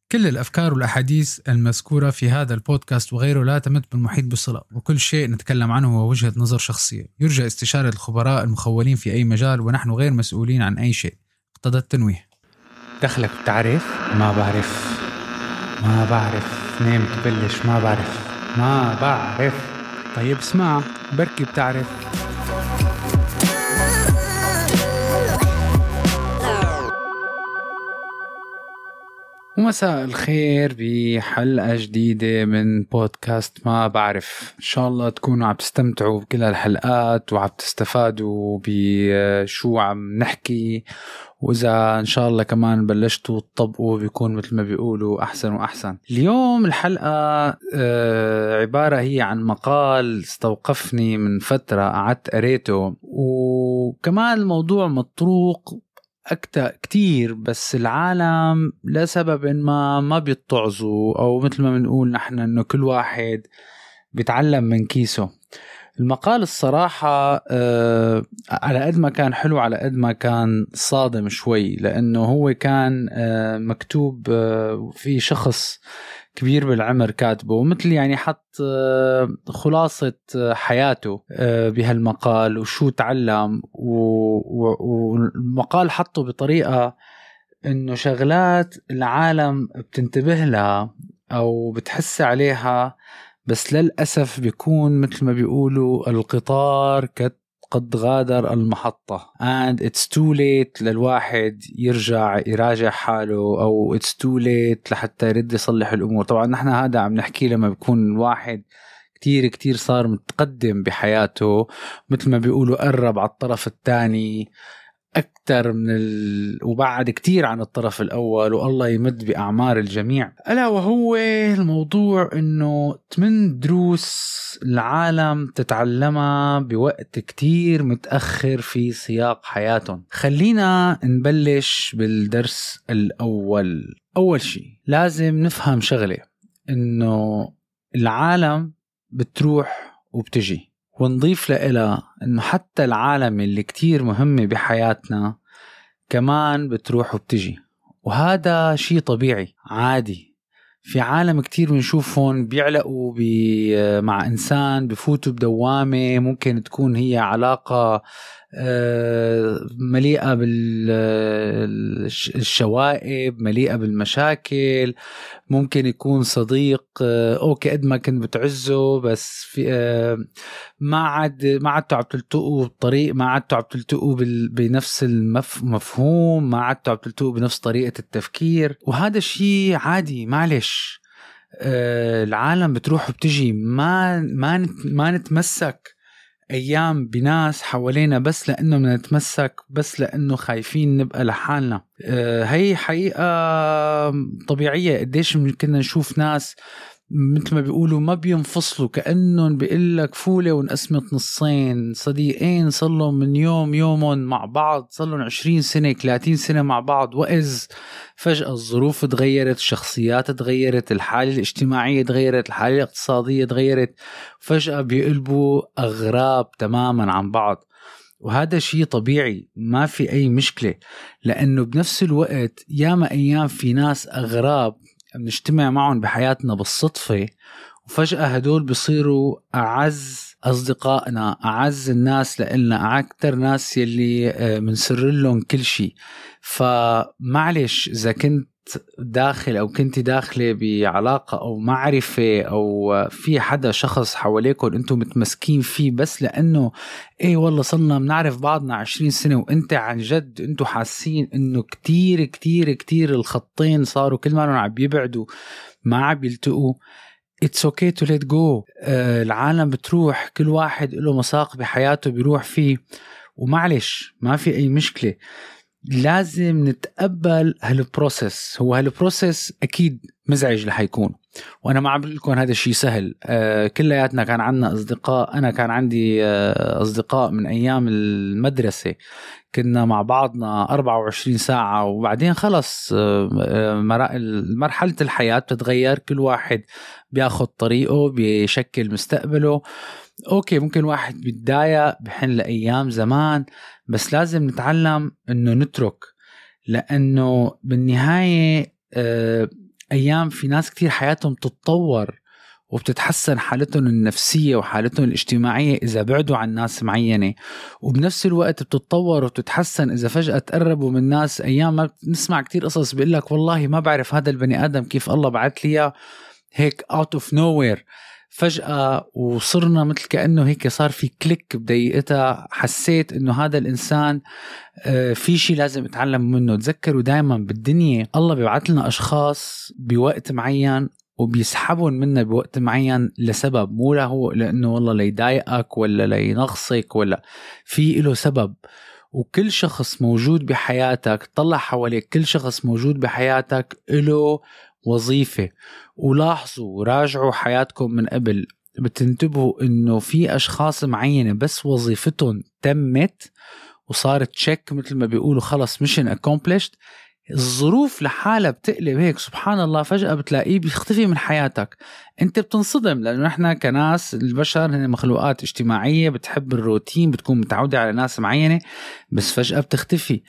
كل الأفكار والأحاديث المذكورة في هذا البودكاست وغيره لا تمت بالمحيط بصلة، وكل شيء نتكلم عنه هو وجهة نظر شخصية يرجى استشارة الخبراء المخولين في أي مجال، ونحن غير مسؤولين عن أي شيء. اقتضى التنويه. دخلك بتعرف؟ ما بعرف نام تبلش. ما بعرف. طيب اسمع، بركي بتعرف. ومساء الخير بحلقة جديدة من بودكاست ما بعرف. إن شاء الله تكونوا عم تستمتعوا بكل الحلقات وعم تستفادوا بشو عم نحكي، وإذا إن شاء الله كمان بلشتوا تطبقوا بيكون مثل ما بيقولوا أحسن وأحسن. اليوم الحلقة عبارة هي عن مقال استوقفني من فترة قعدت قريته، وكمان الموضوع مطروق كتير، بس العالم لسبب ما بيتعظوا، أو مثل ما بنقول نحن إنه كل واحد بيتعلم من كيسه. المقال الصراحة على قد ما كان حلو على قد ما كان صادم شوي، لأنه هو كان مكتوب في شخص كبير بالعمر كاتبه، ومثل يعني حط خلاصة حياته بهالمقال وشو تعلم، والمقال حطه بطريقة إنه شغلات العالم بتنتبه لها أو بتحس عليها، بس للأسف بيكون مثل ما بيقولوا القطار قد غادر المحطة and it's too late للواحد يراجع حاله، أو it's too late لحتى يرد يصلح الأمور. طبعا نحن هذا عم نحكي لما بيكون واحد كتير صار متقدم بحياته، مثل ما بيقولوا قرب على الطرف الثاني أكتر وبعد كتير عن الطرف الأول، والله يمد بأعمار الجميع. ألا وهو الموضوع إنه 8 دروس العالم تتعلمها بوقت كتير متأخر في سياق حياتهم. خلينا نبلش بالدرس الأول. أول شيء لازم نفهم شغلة، إنه العالم بتروح وبتجي، ونضيف لإلها إنه حتى العالم اللي كتير مهمة بحياتنا كمان بتروح وبتجي، وهذا شيء طبيعي عادي. في عالم كتير بنشوفهم بيعلقوا مع إنسان، بفوتوا بدوامة ممكن تكون هي علاقة مليئة بالشوائب، مليئة بالمشاكل. ممكن يكون صديق أوكي قد ما كنت بتعزه، بس في ما عدتوا عم تلتقوا بالطريق، ما عدتوا عم تلتقوا بنفس المفهوم، ما عدتوا عم تلتقوا بنفس طريقة التفكير، وهذا الشيء عادي. معلش العالم بتروح وبتجي. ما نتمسك أيام بناس حوالينا بس لأنه نتمسك، بس لأنه خايفين نبقى لحالنا. هي حقيقة طبيعية. قديش كنا نشوف ناس مثل ما بيقولوا ما بينفصلوا، كأنهم بيقلك فولة وانقسمت نصين، صديقين صلوا من يومهم مع بعض، صلوا 20 سنة 30 سنة مع بعض، وإذ فجأة الظروف تغيرت، الشخصيات تغيرت، الحالة الاجتماعية تغيرت، الحالة الاقتصادية تغيرت، فجأة بيقلبوا أغراب تماما عن بعض. وهذا شيء طبيعي، ما في أي مشكلة، لأنه بنفس الوقت ياما أيام في ناس أغراب بنجتمع معهم بحياتنا بالصدفة، وفجأة هدول بيصيروا أعز أصدقائنا، أعز الناس لإلنا، أكتر ناس يلي منسر لهم كل شيء. فمعلش إذا كنت داخل أو كنت داخلة بعلاقة أو معرفة، أو في حدا شخص حواليكم أنتم متمسكين فيه بس لأنه إيه والله صلنا منعرف بعضنا 20 سنة، وأنت عن جد أنتم حاسين أنه كتير الخطين صاروا كل ما عم يبعدوا، ما عم يلتقوا. It's okay to let go. العالم بتروح، كل واحد له مساق بحياته بيروح فيه، ومعلش ما في أي مشكلة. لازم نتقبل هالبروسيس. هو هالبروسيس أكيد مزعج رح يكون، وأنا ما عم بقول لكم هذا الشيء سهل. كلياتنا كان عندنا أصدقاء، أنا كان عندي أصدقاء من أيام المدرسة كنا مع بعضنا 24 ساعة، وبعدين خلص مرحلة الحياة بتتغير، كل واحد بياخد طريقه بيشكل مستقبله. أوكي ممكن واحد بيتضايق بحن لأيام زمان، بس لازم نتعلم إنه نترك، لأنه بالنهاية أيام في ناس كتير حياتهم تتطور وبتتحسن حالتهم النفسية وحالتهم الاجتماعية إذا بعدوا عن ناس معينة، وبنفس الوقت بتتطور وبتتحسن إذا فجأة تقربوا من ناس. أيام ما بنسمع كتير قصص بيقولك والله ما بعرف هذا البني آدم كيف الله بعت لي هيك out of nowhere فجأة، وصرنا مثل كأنه هيك صار في كليك بدقيقتها، حسيت إنه هذا الإنسان في شيء لازم اتعلم منه. تذكروا دايما بالدنيا الله بيبعت لنا أشخاص بوقت معين وبيسحبون منا بوقت معين لسبب، مو له لأنه والله ليضايقك ولا لينغصك، ولا في له سبب. وكل شخص موجود بحياتك، طلع حواليك، كل شخص موجود بحياتك له وظيفة. ولاحظوا وراجعوا حياتكم من قبل، بتنتبهوا انه في اشخاص معينة بس وظيفتهم تمت وصارت تشيك مثل ما بيقولوا خلص ميشن accomplished، الظروف لحالها بتقلب هيك سبحان الله، فجأة بتلاقيه بيختفي من حياتك. انت بتنصدم، لانه احنا كناس البشر هن مخلوقات اجتماعية بتحب الروتين، بتكون متعودة على ناس معينة، بس فجأة بتختفي.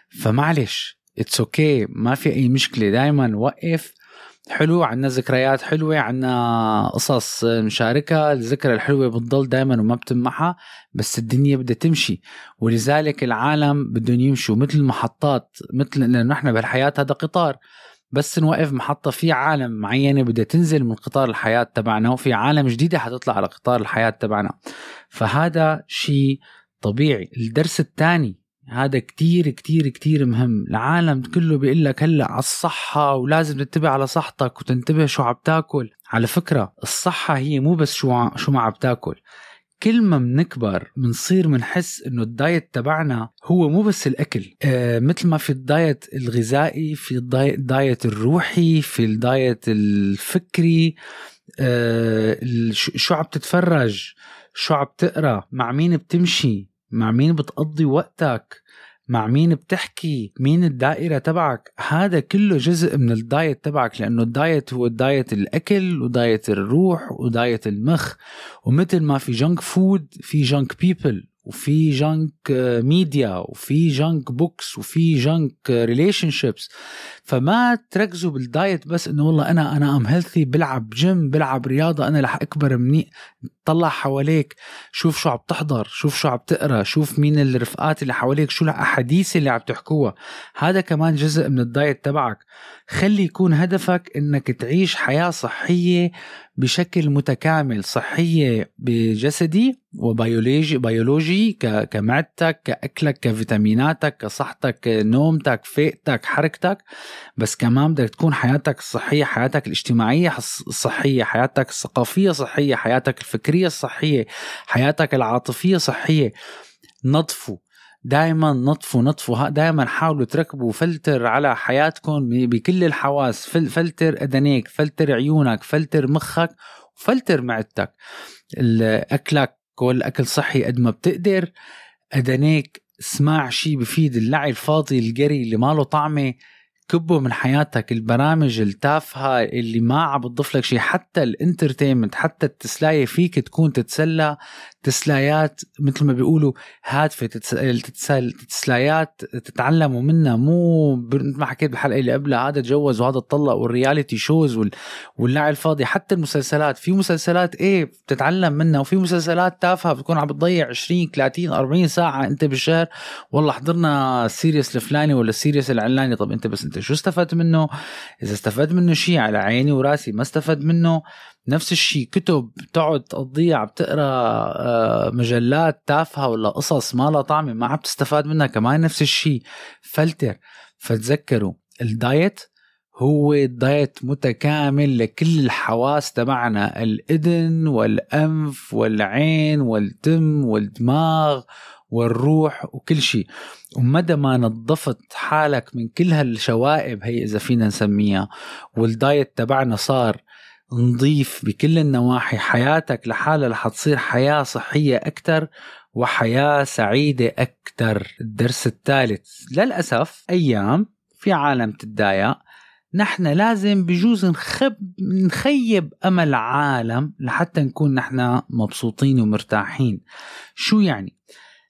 فمعلش it's okay، ما في اي مشكلة. دايما وقف، حلو، عنا ذكريات حلوة، عنا قصص نشاركها، الذكرى الحلوة بتضل دايما وما بتمحى، بس الدنيا بدها تمشي. ولذلك العالم بدهم يمشوا مثل المحطات، مثل لأنه نحن بالحياة هذا قطار، بس نوقف محطة في عالم معينة بدها تنزل من قطار الحياة تبعنا، وفي عالم جديدة حتطلع على قطار الحياة تبعنا. فهذا شيء طبيعي. الدرس الثاني هذا كتير كتير كتير مهم. العالم كله بيقول لك هلأ على الصحة ولازم تنتبه على صحتك وتنتبه شو عم تاكل. على فكرة الصحة هي مو بس شو ما عم تاكل. كل ما منكبر منصير منحس انه الدايت تبعنا هو مو بس الاكل، مثل ما في الدايت الغذائي، في الدايت الروحي، في الدايت الفكري. شو عم تتفرج، شو عم تقرأ، مع مين بتمشي، مع مين بتقضي وقتك، مع مين بتحكي، مين الدائرة تبعك. هذا كله جزء من الدايت تبعك، لأنه الدايت هو دايت الأكل ودايت الروح ودايت المخ. ومثل ما في جانك فود في جانك بيبل، وفي جانك ميديا، وفي جانك بوكس، وفي جانك ريليشنشيبس. فما تركزوا بالدايت بس انه والله انا ام هيلثي، بلعب جيم، بلعب رياضة، انا رح اكبر مني. طلع حواليك، شوف شو عم تحضر، شوف شو عم تقرأ، شوف مين الرفقات اللي حواليك، شو الأحاديث اللي عم تحكوها. هذا كمان جزء من الدايت تبعك. خلي يكون هدفك انك تعيش حياة صحية بشكل متكامل، صحية بجسدي وبيولوجي كمعدتك، كأكلك، كفيتاميناتك، كصحتك، كنومتك، فئتك، حركتك، بس كمان بدك تكون حياتك الصحية، حياتك الاجتماعية الصحية، حياتك الثقافية صحية، حياتك الفكرية الصحية، حياتك العاطفية صحية. نظفوا دائما، نظفوا دائما، حاولوا تركبوا فلتر على حياتكم بكل الحواس، فلتر أذنيك، فلتر عيونك، فلتر مخك، وفلتر معدتك. أكلك كل أكل صحي قد ما بتقدر. أذنيك اسمع شيء بفيد، اللعي الفاضي الجري اللي ما له طعمه كبه من حياتك. البرامج التافهة اللي ما عم بتضيف لك شيء، حتى الانترتينمنت، حتى التسلاية، فيك تكون تتسلى تسلايات مثل ما بيقولوا هادفة، تسلايات تتعلموا منها، مو ما حكيت بالحلقة اللي قبلها هذا تجوز وهذا تطلق، والرياليتي شوز واللعب الفاضي. حتى المسلسلات، في مسلسلات بتتعلم منها، وفي مسلسلات تافهة بتكون عم بتضيع 20 30 40 ساعة انت بالشهر. والله حضرنا السيريس الفلاني ولا السيريس العلاني، طب انت شو استفدت منه؟ اذا استفدت منه شيء على عيني وراسي، ما استفد منه نفس الشيء. كتب تقعد تقضيها عم تقرأ مجلات تافهة ولا قصص ما لا طعمة، ما عم تستفاد منها، كمان نفس الشيء. فلتر. فتذكروا الدايت هو دايت متكامل لكل الحواس تبعنا، الإذن والأنف والعين والدم والدماغ والروح وكل شيء. ومدى ما نظفت حالك من كل هالشوائب هي إذا فينا نسميها، والدايت تبعنا صار نضيف بكل النواحي، حياتك لحالها رح تصير حياة صحية أكتر وحياة سعيدة أكتر. الدرس الثالث، للأسف أيام في عالم تتضايق، نحن لازم بجوز نخيب أمل عالم لحتى نكون نحن مبسوطين ومرتاحين. شو يعني؟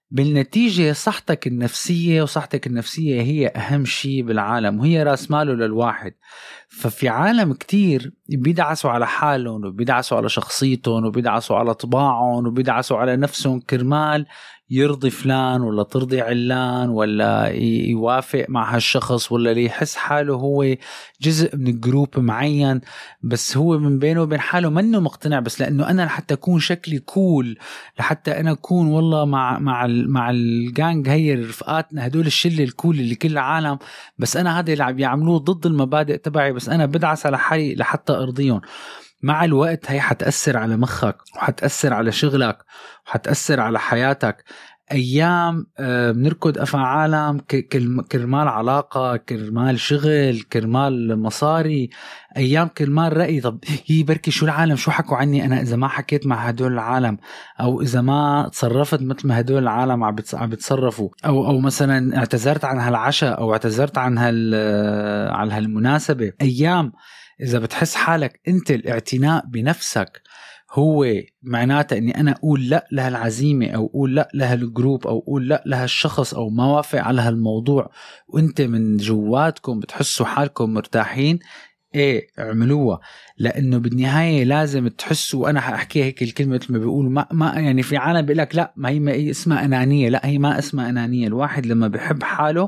بالنتيجة صحتك النفسية، وصحتك النفسية هي أهم شيء بالعالم، وهي راس ماله للواحد. ففي عالم كتير بيدعسوا على حالهم، وبيدعسوا على شخصيتهم، وبيدعسوا على طباعهم، وبيدعسوا على نفسهم كرمال يرضي فلان ولا ترضي علان، ولا يوافق مع هالشخص، ولا يحس حاله هو جزء من جروب معين، بس هو من بينه وبين حاله منه مقتنع. بس لأنه أنا لحتى أكون شكلي كول، لحتى أنا أكون والله مع الجانج، هي رفقاتنا هدول الشلة الكول اللي كل العالم، بس أنا هذا اللي عم يعملوه ضد المبادئ تبعي، بس أنا بدعس على حالي لحتى أرضيهم. مع الوقت هي حتأثر على مخك، وحتأثر على شغلك، وحتأثر على حياتك. أيام بنركض أفع عالم كرمال علاقة، كرمال شغل، كرمال مصاري، أيام كرمال رأي. طب هي بركي شو العالم شو حكوا عني أنا إذا ما حكيت مع هدول العالم، أو إذا ما تصرفت مثل ما هدول العالم عم بتصرفوا، أو مثلا اعتذرت عن هالعشاء، أو اعتذرت عن هالمناسبة. أيام إذا بتحس حالك أنت الاعتناء بنفسك هو معناته أني أنا أقول لا لهالعزيمة، أو أقول لا لهالجروب، أو أقول لا لهالشخص، أو ما وافق على هالموضوع، وأنت من جواتكم بتحسوا حالكم مرتاحين، إيه اعملوها. لأنه بالنهاية لازم تحسوا. أنا هحكي هيك الكلمة مثل ما بيقولوا، ما يعني في عالم بيقول لك لا ما هي اسمها أنانية. لا، هي ما اسمها أنانية. الواحد لما بيحب حاله،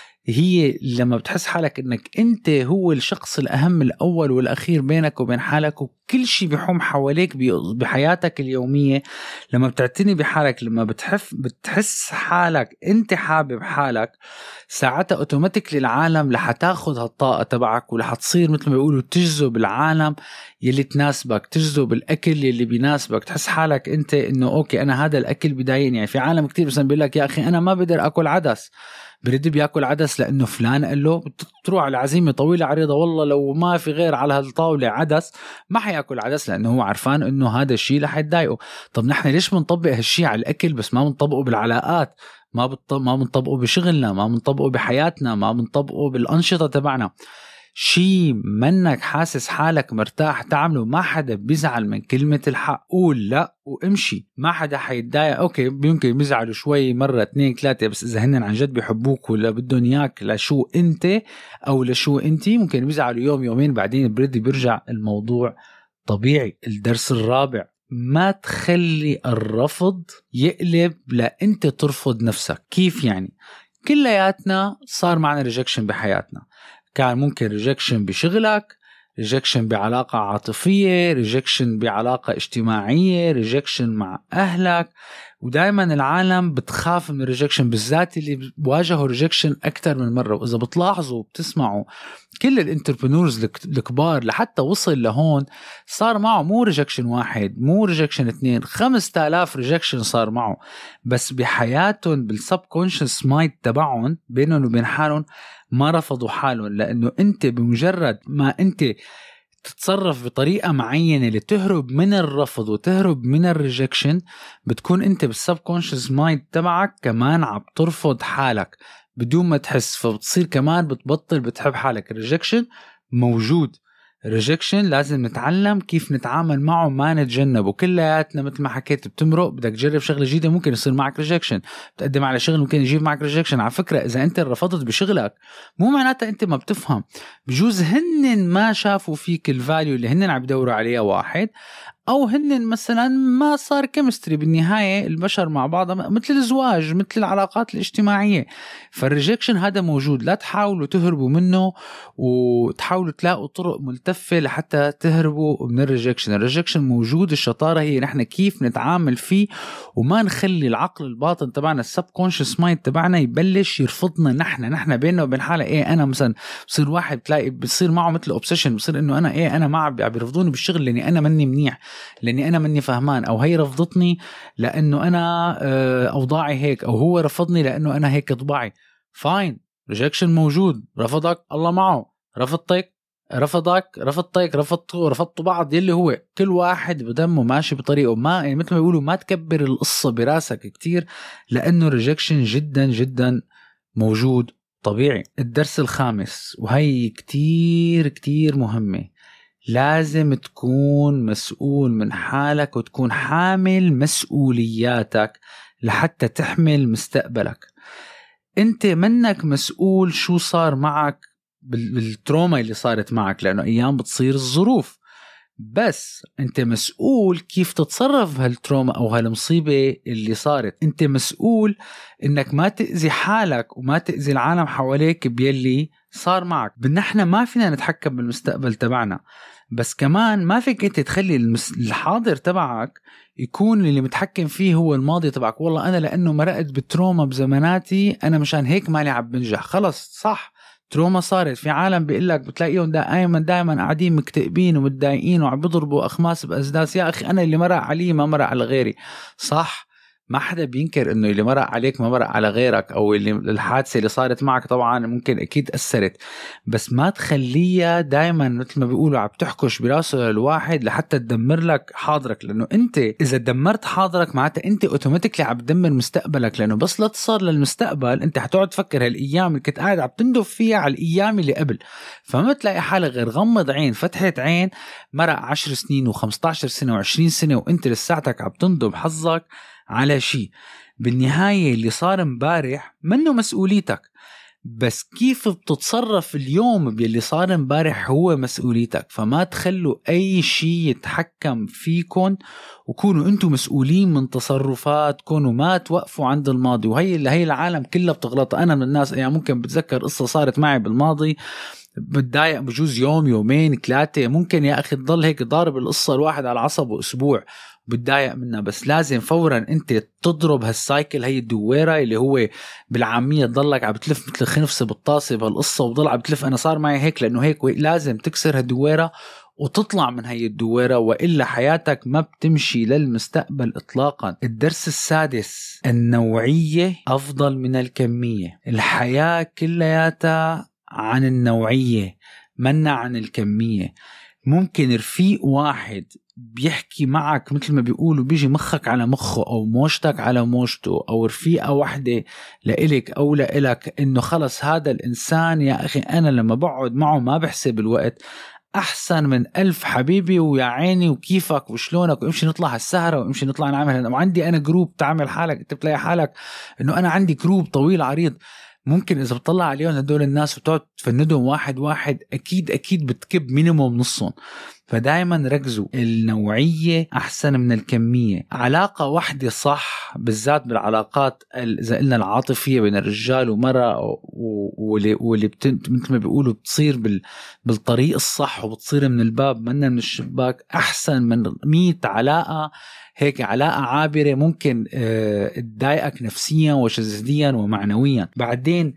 هي لما بتحس حالك انك انت هو الشخص الاهم الاول والاخير بينك وبين حالك، وكل شيء بيحوم حواليك بحياتك اليومية. لما بتعتني بحالك، لما بتحس حالك انت حابب حالك، ساعتها اوتوماتيك للعالم لحتاخد هالطاقة تبعك، ولحتصير مثل ما بيقولوا تجذب العالم يلي تناسبك، تجذب الاكل يلي بيناسبك. تحس حالك انت انه اوكي انا هذا الاكل بضايقني. يعني في عالم كتير مثلا بيقول لك يا اخي انا ما بقدر اكل عدس، برد بياكل عدس لانه فلان قال له. بتروح على عزيمه طويله عريضه، والله لو ما في غير على هالطاوله عدس ما حياكل عدس، لانه هو عارفان انه هذا الشيء رح يضايقه. طب نحن ليش بنطبق هالشيء على الاكل بس ما بنطبقه بالعلاقات، ما بنطبقه بشغلنا، ما بنطبقه بحياتنا، ما بنطبقه بالانشطه تبعنا؟ شي منك حاسس حالك مرتاح تعمله. ما حدا بيزعل من كلمة الحق. قول لا وامشي، ما حدا حيتضايق. اوكي يمكن بيزعلوا شوي مرة 2 3، بس اذا هن عن جد بيحبوك ولا بدهم اياك لشو انت او لشو انتي، ممكن بيزعلوا يوم يومين، بعدين البرد بيرجع الموضوع طبيعي. الدرس الرابع: ما تخلي الرفض يقلب لأنت ترفض نفسك. كيف يعني؟ كلياتنا صار معنا ريجكشن بحياتنا. كان ممكن ريجكشن بشغلك، ريجكشن بعلاقة عاطفية، ريجكشن بعلاقة اجتماعية، ريجكشن مع أهلك. ودائما العالم بتخاف من الريجكشن، بالذات اللي بواجهوا ريجكشن أكثر من مرة. وإذا بتلاحظوا وبتسمعوا كل الانتربرنورز الكبار لحتى وصل لهون صار معه مو ريجكشن 1، مو ريجكشن 2، 5000 ريجكشن صار معه. بس بحياتهم بالسبكونشنس مايند تبعهم بينهم وبين حالهم ما رفضوا حالهم. لأنه أنت بمجرد ما أنت تتصرف بطريقة معينة لتهرب من الرفض وتهرب من الريجكشن، بتكون أنت بالسبكونشنس مايند تبعك كمان عم ترفض حالك بدون ما تحس، فبتصير كمان بتبطل بتحب حالك. الريجكشن موجود، الريجكشن لازم نتعلم كيف نتعامل معه، ما نتجنبه. كلياتنا مثل ما حكيت بتمرق، بدك تجرب شغله جديده ممكن يصير معك ريجكشن، بتقدم على شغل ممكن يجيب معك ريجكشن. على فكره اذا انت رفضت بشغلك مو معناتها انت ما بتفهم، بجوز هن ما شافوا فيك الفاليو اللي هن عم بدوروا عليها واحد، او هن مثلا ما صار كيمستري. بالنهايه البشر مع بعض مثل الزواج، مثل العلاقات الاجتماعيه. فالريجكشن هذا موجود، لا تحاولوا تهربوا منه وتحاولوا تلاقوا طرق ملتفه لحتى تهربوا من الريجكشن. الريجكشن موجود، الشطاره هي نحن كيف نتعامل فيه وما نخلي العقل الباطن تبعنا السبكونشس مايند تبعنا يبلش يرفضنا. نحن بيننا وبين حالة ايه انا مثلا بصير واحد تلاقي بصير معه مثل اوبسيشن، بصير انه انا ايه انا ما عم بيرفضوني بالشغل لاني انا مني منيح، لاني انا مني فهمان، او هي رفضتني لانه انا اوضاعي هيك، او هو رفضني لانه انا هيك طباعي. فاين، ريجكشن موجود. رفضك الله معه، رفضتك رفضتوا بعض، يلي هو كل واحد بدمه ماشي بطريقه. ما يعني مثل ما بيقولوا ما تكبر القصه براسك كتير، لانه ريجكشن جدا جدا موجود طبيعي. الدرس الخامس، وهي كتير كتير مهمه: لازم تكون مسؤول من حالك وتكون حامل مسؤولياتك لحتى تحمل مستقبلك. انت منك مسؤول شو صار معك بالتروما اللي صارت معك، لأنه أيام بتصير الظروف، بس انت مسؤول كيف تتصرف بهالتروما او هالمصيبة اللي صارت. انت مسؤول انك ما تأذي حالك وما تأذي العالم حواليك بيلي صار معك. نحن ما فينا نتحكم بالمستقبل تبعنا، بس كمان ما فيك انت تخلي الحاضر تبعك يكون اللي متحكم فيه هو الماضي تبعك. والله انا لانه مرقت بالتروما بزماناتي انا مشان هيك مالي عم بنجح. خلص صح، تروما صارت. في عالم بيقلك بتلاقيهم دائما قاعدين مكتئبين ومتضايقين وعم بيضربوا أخماس بأسداس. يا أخي أنا اللي مرق علي ما مرق على غيري. صح، ما حدا بينكر إنه اللي مرق عليك ما مرق على غيرك، أو اللي الحادثة اللي صارت معك طبعا ممكن أكيد أثرت، بس ما تخليها دائما مثل ما بيقولوا عم تحكش براسه الواحد لحتى تدمر لك حاضرك. لأنه أنت إذا دمرت حاضرك معناتها أنت أوتوماتيكلي عم تدمر مستقبلك، لأنه بس لا تصار للمستقبل أنت هتقعد تفكر هالأيام اللي كنت قاعد عم تندب فيها على الأيام اللي قبل. فما تلاقي حالك غير غمض عين فتحة عين مرق 10 سنين و15 سنة و20 سنة وأنت لساتك عم تندب حظك على شيء. بالنهاية اللي صار امبارح منه مسؤوليتك، بس كيف بتتصرف اليوم باللي صار امبارح هو مسؤوليتك. فما تخلوا أي شيء يتحكم فيكن، وكونوا أنتم مسؤولين من تصرفاتكم وما توقفوا عند الماضي. وهي العالم كلها بتغلط. أنا من الناس يعني ممكن بتذكر قصة صارت معي بالماضي بتضايق بجوز يوم يومين 3، ممكن يا أخي تضل هيك ضارب القصة الواحد على عصبه أسبوع بتضايق منها. بس لازم فورا انت تضرب هالسايكل، هي الدويرة اللي هو بالعامية تضلك عم بتلف مثل خنفسة بالطاسة بهالقصة وضل عم بتلف أنا صار معي هيك لأنه هيك. لازم تكسر هالدويرة وتطلع من هاي الدويرة، وإلا حياتك ما بتمشي للمستقبل إطلاقا. الدرس السادس: النوعية أفضل من الكمية. الحياة كلياتها عن النوعية منا عن الكمية. ممكن رفيق واحد بيحكي معك مثل ما بيقولوا بيجي مخك على مخه أو موشتك على موشته، أو رفيقة واحدة لإلك أو لإلك إنه خلص هذا الإنسان يا أخي أنا لما بقعد معه ما بحسب الوقت، أحسن من 1000 حبيبي ويا عيني وكيفك وشلونك وإمشي نطلع السهرة وإمشي نطلع نعمل. وعندي أنا جروب تعمل حالك أنت بتلاقي حالك إنه أنا عندي جروب طويل عريض. ممكن إذا بتطلع عليهم هدول الناس وتقعد تفندهم واحد واحد أكيد بتكب مينيموم نصهم. فدايما ركزوا، النوعية أحسن من الكمية. علاقة واحدة صح، بالذات بالعلاقات إذا قلنا العاطفية بين الرجال ومرأة واللي مثل ما بيقولوا بتصير بالطريق الصح وبتصير من الباب منا من الشباك، أحسن من 100 علاقة هيك علاقة عابرة ممكن تضايقك نفسيا وجسديا ومعنويا. بعدين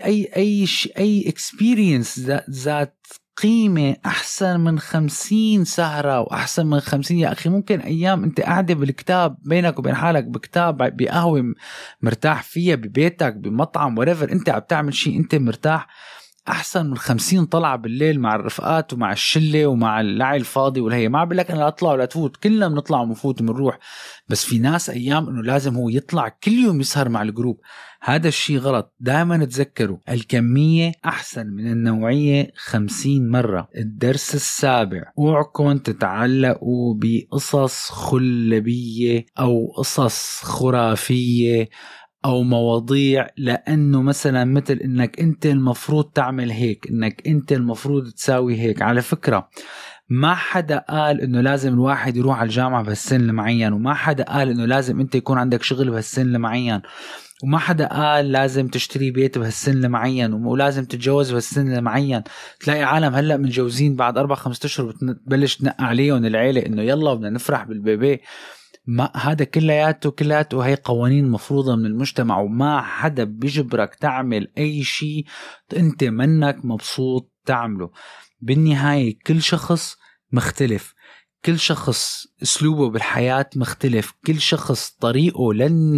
أي experience ذات قيمة أحسن من 50 سهرة وأحسن من 50. يا أخي ممكن أيام أنت قاعدة بالكتاب بينك وبين حالك بكتاب بقهوة مرتاح فيها ببيتك بمطعم whatever، أنت عم تعمل شيء أنت مرتاح، أحسن من 50 طلعة بالليل مع الرفقات ومع الشلة ومع اللعي الفاضي. والهي ما بقولك أنا لا أطلع ولا تفوت، كلنا بنطلع ونفوت ونروح، بس في ناس أيام إنه لازم هو يطلع كل يوم يسهر مع الجروب. هذا الشيء غلط. دائما تذكروا الكمية أحسن من النوعية 50 مرة. الدرس السابع: اوعكم تتعلقوا بقصص خلبية أو قصص خرافية أو مواضيع، لأنه مثلا مثل إنك أنت المفروض تعمل هيك، إنك أنت المفروض تساوي هيك. على فكرة ما حدا قال إنه لازم الواحد يروح على الجامعة بهالسن المعين، وما حدا قال إنه لازم أنت يكون عندك شغل بهالسن المعين، وما حدا قال لازم تشتري بيت بهالسن المعين ولازم تتجوز بهالسن المعين. تلاقي عالم هلأ متجوزين بعد 4-5 أشهر بتبلش تنقع عليهم العيلة إنه يلا بدنا نفرح بالبيبي. ما هذا كلياته هي قوانين مفروضة من المجتمع، وما حدا بيجبرك تعمل أي شيء أنت منك مبسوط تعمله. بالنهاية كل شخص مختلف، كل شخص أسلوبه بالحياة مختلف، كل شخص طريقه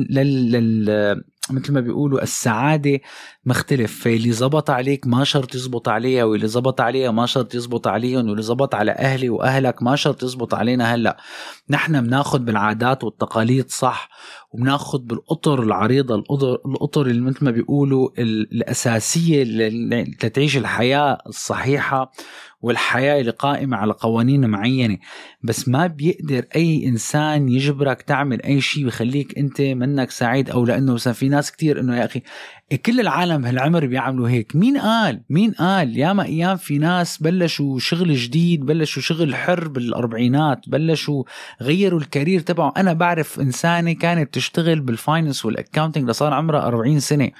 مثل ما بيقولوا السعادة مختلف. فاللي زبط عليك ما شرط يزبط عليها، واللي زبط عليها ما شرط يزبط عليهم، واللي زبط على أهلي وأهلك ما شرط يزبط علينا. هلأ نحن بناخد بالعادات والتقاليد صح، وبناخد بالأطر العريضة، الأطر اللي مثل ما بيقولوا الأساسية لتعيش الحياة الصحيحة والحياة اللي قائمة على قوانين معينة. بس ما بيقدر أي إنسان يجبرك تعمل أي شيء بيخليك أنت منك سعيد، أو لأنه مثلا في ناس كتير إنه يا أخي كل العالم هالعمر بيعملوا هيك. مين قال ياما أيام في ناس بلشوا شغل جديد، بلشوا شغل حر بالأربعينات، بلشوا غيروا الكارير تبعه. أنا بعرف إنسانة كانت تشتغل بالفاينانس والأكاونتينج لصار عمرها 40 سنة،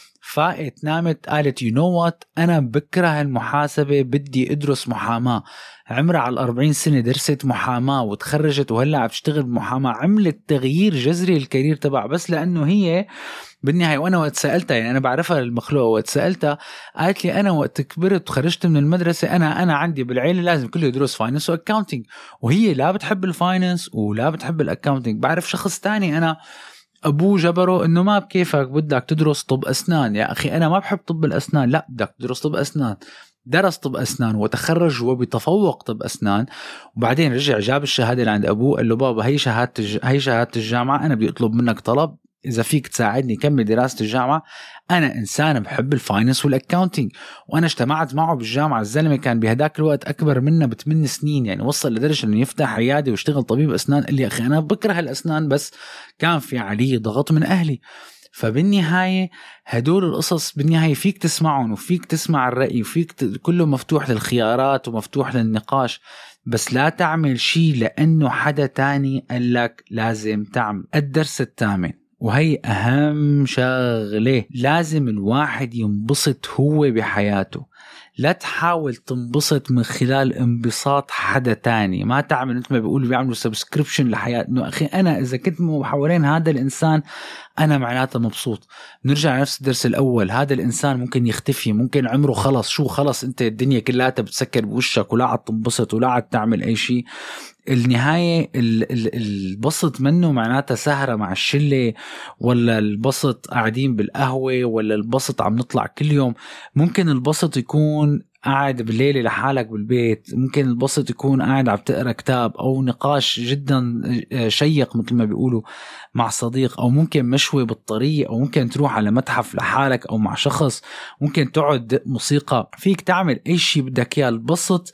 فائت نامت قالت أنا بكره المحاسبة، بدي أدرس محاماة. عمرها على 40 سنة درست محاماة وتخرجت وهلأ عم تشتغل بمحاماة. عملت تغيير جذري الكارير تبع، بس لأنه هي بالنهاية. وأنا وقت سألتها، يعني أنا بعرفها المخلوقة، وقت سألتها قالت لي أنا وقت كبرت وخرجت من المدرسة أنا عندي بالعيلة لازم كله يدرس فاينانس وأكاونتينج، وهي لا بتحب الفاينانس ولا بتحب الأكاونتينج. بعرف شخص تاني أنا أبوه جبره إنه ما بكيفك بدك تدرس طب أسنان. يا أخي أنا ما بحب طب الأسنان. لا، بدك تدرس طب أسنان. درس طب أسنان وتخرج وبيتفوق طب أسنان، وبعدين رجع جاب الشهادة اللي عند أبوه، قال له بابا هي شهادة الجامعة، أنا بدي أطلب منك طلب، إذا فيك تساعدني كمل دراسة الجامعة. أنا إنسان بحب الفاينانس والأكاونتينج، وأنا اجتمعت معه بالجامعة. الزلمة كان بهداك الوقت أكبر منا ب8 سنين، يعني وصل لدرجة إنه يفتح عيادة ويشتغل طبيب أسنان. اللي أخي أنا بكره الأسنان، بس كان في علي ضغط من أهلي. فبالنهاية هدول القصص بالنهاية فيك تسمعهم وفيك تسمع الرأي وفيك كله مفتوح للخيارات ومفتوح للنقاش، بس لا تعمل شيء لأنه حدا تاني قال لك لازم تعمل. الدرس الثامن، وهي أهم شغلة، لازم الواحد ينبسط هو بحياته. لا تحاول تنبسط من خلال انبساط حدا تاني. ما تعمل انت ما بيقولوا بيعملوا سبسكريبشن لحياة، انه اخي انا اذا كنت حوالين هذا الانسان انا معناته مبسوط. نرجع لنفس الدرس الاول، هذا الانسان ممكن يختفي، ممكن عمره خلص انت الدنيا كلها بتسكر بوشك ولا عاد تنبسط ولا عاد تعمل اي شيء. النهاية البسط منه معناتها سهرة مع الشلة، ولا البسط قاعدين بالقهوة، ولا البسط عم نطلع كل يوم. ممكن البسط يكون قاعد بالليل لحالك بالبيت، ممكن البسط يكون قاعد عم تقرأ كتاب أو نقاش جدا شيق مثل ما بيقولوا مع صديق، أو ممكن مشوي بالطريق، أو ممكن تروح على متحف لحالك أو مع شخص، ممكن تقعد موسيقى. فيك تعمل أي شيء بدك إياه. البسط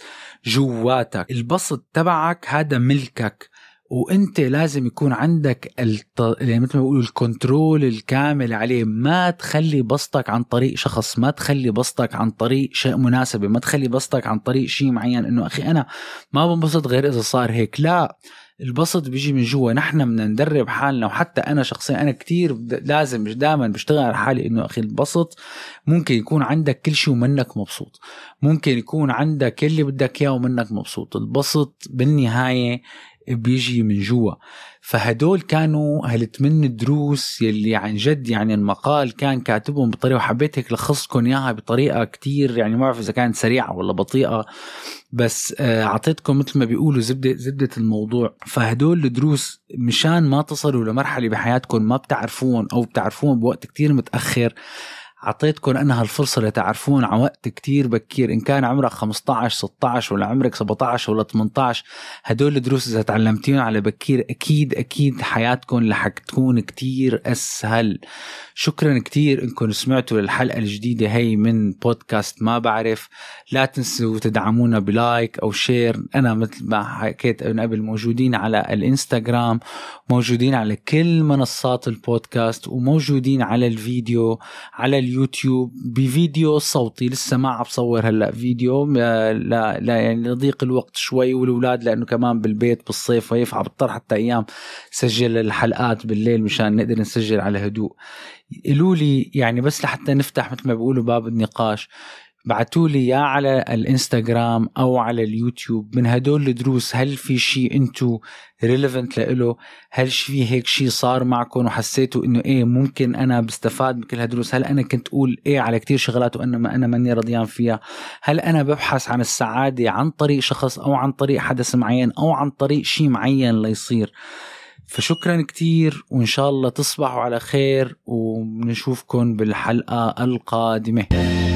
جواتك، البسط تبعك هذا ملكك، وانت لازم يكون عندك يعني مثل ما بيقولوا الكنترول الكامل عليه. ما تخلي بسطك عن طريق شخص، ما تخلي بسطك عن طريق شيء مناسبة، ما تخلي بسطك عن طريق شيء معين انه اخي انا ما بنبسط غير اذا صار هيك. لا، البسط بيجي من جوا. نحن بدنا ندرب حالنا، وحتى انا شخصيا انا كتير لازم مش دائما بشتغل على حالي انه اخي البسط ممكن يكون عندك كل شيء ومنك مبسوط، ممكن يكون عندك اللي بدك اياه ومنك مبسوط. البسط بالنهاية بيجي من جوا. فهدول كانوا هالثمان الدروس يلي عن جد يعني المقال كان كاتبهم بطريقة، وحبيت هيك لخصتكم إياها بطريقة كتير يعني ما أعرف إذا كانت سريعة ولا بطيئة، بس أعطيتكم مثل ما بيقولوا زبدة الموضوع. فهدول الدروس مشان ما تصلوا لمرحلة بحياتكم ما بتعرفون أو بتعرفون بوقت كتير متأخر، عطيتكم أنا هالفرصة لتعرفون على وقت كتير بكير. إن كان عمرك 15 16 ولا عمرك 17 ولا 18، هدول الدروس إذا تعلمتيهم على بكير أكيد حياتكم رح تكون كتير أسهل. شكرا كتير إنكم سمعتوا للحلقة الجديدة هي من بودكاست ما بعرف. لا تنسوا تدعمونا بلايك أو شير. أنا مثل ما حكيت من قبل موجودين على الإنستغرام، موجودين على كل منصات البودكاست، وموجودين على الفيديو على اليوتيوب بفيديو صوتي. لسه ما عم بصور هلأ فيديو لا يعني لضيق الوقت شوي، والأولاد لأنه كمان بالبيت بالصيف ويفعل بضطر حتى أيام سجل الحلقات بالليل مشان نقدر نسجل على هدوء. قالوا لي يعني بس لحتى نفتح مثل ما بيقولوا باب النقاش، بعتولي يا على الانستغرام او على اليوتيوب من هدول الدروس هل في شيء انتو ريليفنت له، هل في هيك شيء صار معكم وحسيتوا انه ايه ممكن انا بستفاد من كل هالدروس، هل انا كنت اقول ايه على كتير شغلات وانما انا ماني رضيان فيها، هل انا ببحث عن السعادة عن طريق شخص او عن طريق حدث معين او عن طريق شيء معين ليصير. فشكرا كتير، وإن شاء الله تصبحوا على خير، ونشوفكم بالحلقة القادمة.